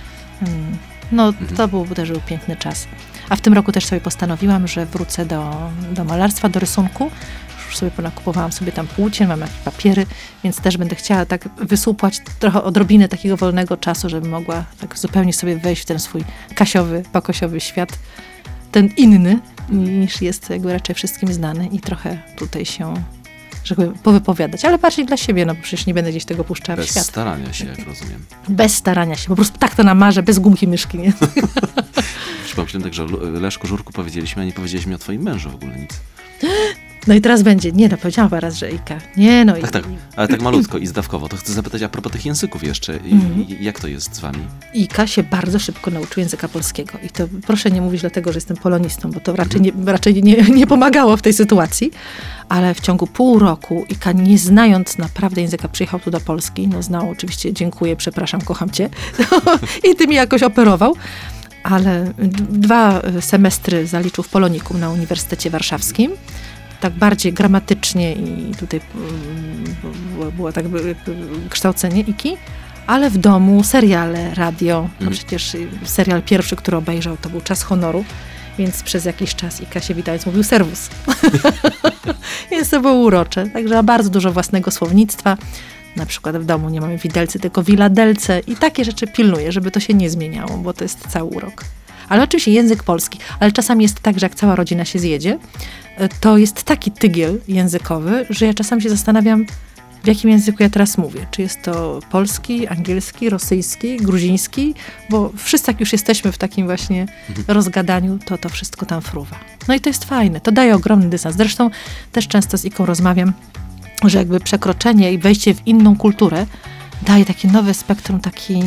No to był piękny czas. A w tym roku też sobie postanowiłam, że wrócę do malarstwa, do rysunku. Już sobie nakupowałam sobie tam płócien, mam jakieś papiery, więc też będę chciała tak wysupłać trochę odrobinę takiego wolnego czasu, żeby mogła tak zupełnie sobie wejść w ten swój pakosiowy świat, ten inny, niż jest jakby raczej wszystkim znany i trochę tutaj się, żeby powypowiadać, ale bardziej dla siebie, no bo przecież nie będę gdzieś tego puszczała w świat. Bez starania się, jak rozumiem. Bez starania się, po prostu tak to namarzę, bez gumki myszki, nie? Pomyślałem tak, że Leszku, Żurku powiedzieliśmy, a nie powiedzieliśmy o twoim mężu w ogóle nic. No i teraz będzie, nie no, powiedziałam raz, że Ika. Nie no. Tak, ale tak malutko i zdawkowo. To chcę zapytać a propos tych języków jeszcze. Jak to jest z wami? Ika się bardzo szybko nauczył języka polskiego. I to proszę nie mówić dlatego, że jestem polonistą, bo to raczej nie pomagało w tej sytuacji. Ale w ciągu pół roku Ika, nie znając naprawdę języka, przyjechał tu do Polski. No znał oczywiście, dziękuję, przepraszam, kocham cię. I tym jakoś operował. Ale 2 semestry zaliczył w Polonikum na Uniwersytecie Warszawskim. Tak bardziej gramatycznie i tutaj było tak kształcenie Iki, ale w domu seriale, radio, no przecież serial pierwszy, który obejrzał, to był Czas Honoru, więc przez jakiś czas Ika się witając mówił serwus. Więc to było urocze, także ma bardzo dużo własnego słownictwa. Na przykład w domu nie mamy widelcy, tylko wiladelce i takie rzeczy pilnuję, żeby to się nie zmieniało, bo to jest cały urok. Ale oczywiście język polski, ale czasami jest tak, że jak cała rodzina się zjedzie, to jest taki tygiel językowy, że ja czasami się zastanawiam, w jakim języku ja teraz mówię. Czy jest to polski, angielski, rosyjski, gruziński, bo wszyscy jak już jesteśmy w takim właśnie rozgadaniu, to wszystko tam fruwa. No i to jest fajne, to daje ogromny dystans. Zresztą też często z Iką rozmawiam, że jakby przekroczenie i wejście w inną kulturę daje takie nowe spektrum,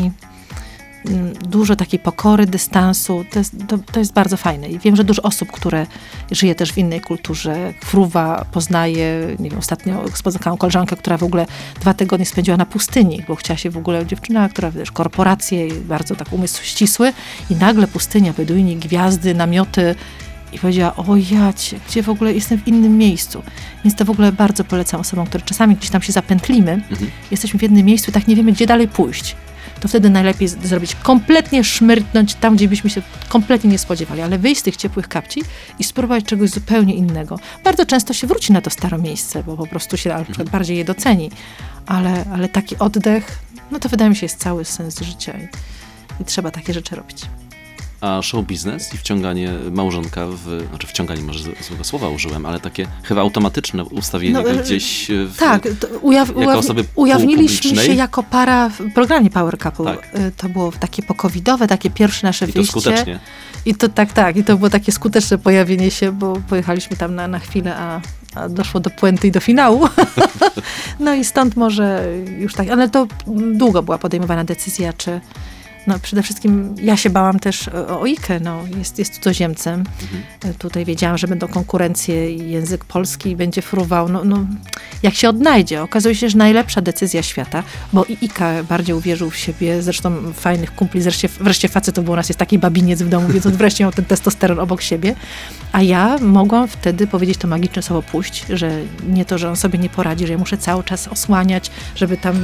dużo takiej pokory, dystansu. To jest bardzo fajne. I wiem, że dużo osób, które żyje też w innej kulturze, fruwa, poznaje. Nie wiem, ostatnio spotkałam koleżankę, która w ogóle 2 tygodnie spędziła na pustyni, bo chciała się w ogóle, dziewczyna, która wiesz, korporacje, bardzo tak umysł ścisły i nagle pustynia, beduini, gwiazdy, namioty. I powiedziała, o jacie, gdzie w ogóle jestem w innym miejscu. Więc to w ogóle bardzo polecam osobom, które czasami gdzieś tam się zapętlimy, jesteśmy w jednym miejscu i tak nie wiemy, gdzie dalej pójść. To wtedy najlepiej zrobić kompletnie szmyrtnąć tam, gdzie byśmy się kompletnie nie spodziewali, ale wyjść z tych ciepłych kapci i spróbować czegoś zupełnie innego. Bardzo często się wróci na to stare miejsce, bo po prostu się na przykład bardziej je doceni, ale taki oddech, no to wydaje mi się jest cały sens życia i trzeba takie rzeczy robić. A show biznes i wciąganie małżonka znaczy wciąganie, może złego słowa użyłem, ale takie chyba automatyczne ustawienie gdzieś tak, jako osoby ujawniliśmy się jako para w programie Power Couple. Tak. To było takie po-covidowe, takie pierwsze nasze wyjście. I to skutecznie. I to tak. I to było takie skuteczne pojawienie się, bo pojechaliśmy tam na chwilę, a doszło do puenty i do finału. No i stąd może już tak, ale to długo była podejmowana decyzja, czy no przede wszystkim ja się bałam też o Ikę, no jest cudzoziemcem. Tutaj wiedziałam, że będą konkurencje i język polski będzie fruwał. No, jak się odnajdzie. Okazuje się, że najlepsza decyzja świata, bo i Ika bardziej uwierzył w siebie, zresztą fajnych kumpli, wreszcie facetów, bo u nas jest taki babiniec w domu, więc on wreszcie miał ten testosteron obok siebie. A ja mogłam wtedy powiedzieć to magiczne słowo puść, że nie to, że on sobie nie poradzi, że ja muszę cały czas osłaniać, żeby tam,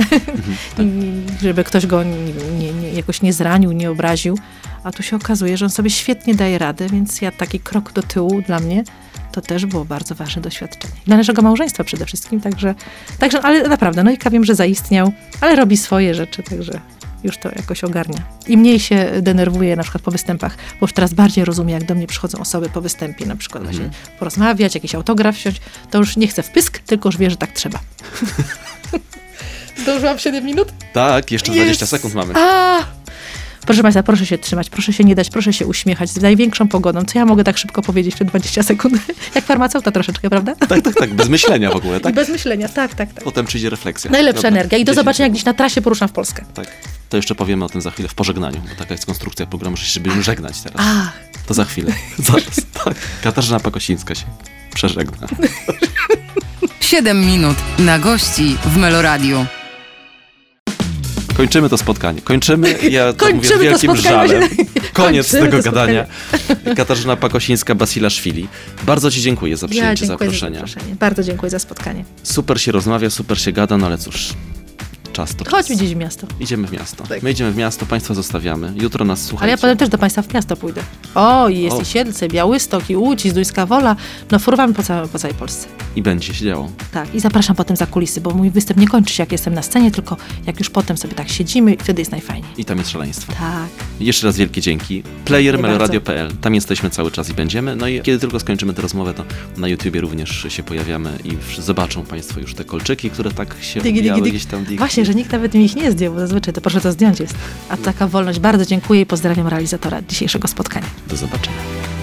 żeby ktoś go jakoś nie zranił, nie obraził. A tu się okazuje, że on sobie świetnie daje radę, więc taki krok do tyłu dla mnie to też było bardzo ważne doświadczenie. Dla naszego małżeństwa przede wszystkim, także ale naprawdę, no Ika wiem, że zaistniał, ale robi swoje rzeczy, także już to jakoś ogarnia. I mniej się denerwuje na przykład po występach, bo już teraz bardziej rozumie, jak do mnie przychodzą osoby po występie, na przykład właśnie porozmawiać, jakiś autograf wziąć, to już nie chcę w pysk, tylko już wie, że tak trzeba. Zdążyłam 7 minut? Tak, jeszcze 20 sekund mamy. Proszę Państwa, proszę się trzymać, proszę się nie dać, proszę się uśmiechać z największą pogodą. Co ja mogę tak szybko powiedzieć w te 20 sekund? Jak farmaceuta troszeczkę, prawda? Tak, bez myślenia w ogóle, tak? Bez myślenia, tak. Potem przyjdzie refleksja. Najlepsza energia i do zobaczenia, jak gdzieś na trasie poruszam w Polskę. Tak, to jeszcze powiemy o tym za chwilę w pożegnaniu, bo taka jest konstrukcja programu, że się będziemy żegnać teraz. To za chwilę. Zaraz, tak. Katarzyna Pakosińska się przeżegna. 7 minut na gości w Meloradiu. Kończymy to spotkanie. Ja to mówię z wielkim żalem. Koniec tego gadania. Katarzyna Pakosińska-Basilashvili. Bardzo Ci dziękuję za przyjęcie zaproszenia. Bardzo dziękuję za spotkanie. Super się rozmawia, super się gada, no ale cóż, czas. Chodźmy gdzieś w miasto. Idziemy w miasto. Tak. My idziemy w miasto, Państwa zostawiamy. Jutro nas słuchajcie. Ale ja potem też do Państwa w miasto pójdę. Jest i Siedlce, Białystok, i Łódź, i Zduńska Wola. No furwamy po całej Polsce. I będzie się działo. Tak, i zapraszam potem za kulisy, bo mój występ nie kończy się, jak jestem na scenie, tylko jak już potem sobie tak siedzimy i wtedy jest najfajniej. I tam jest szaleństwo. Tak. Jeszcze raz wielkie dzięki. Player meloradio.pl. Tam jesteśmy cały czas i będziemy. No i kiedy tylko skończymy tę rozmowę, to na YouTubie również się pojawiamy i zobaczą Państwo już te kolczyki, które tak się odbijały gdzieś tam. Właśnie, że nikt nawet mi ich nie zdjął, bo zazwyczaj to proszę to zdjąć jest. A taka wolność. Bardzo dziękuję i pozdrawiam realizatora dzisiejszego spotkania. Do zobaczenia.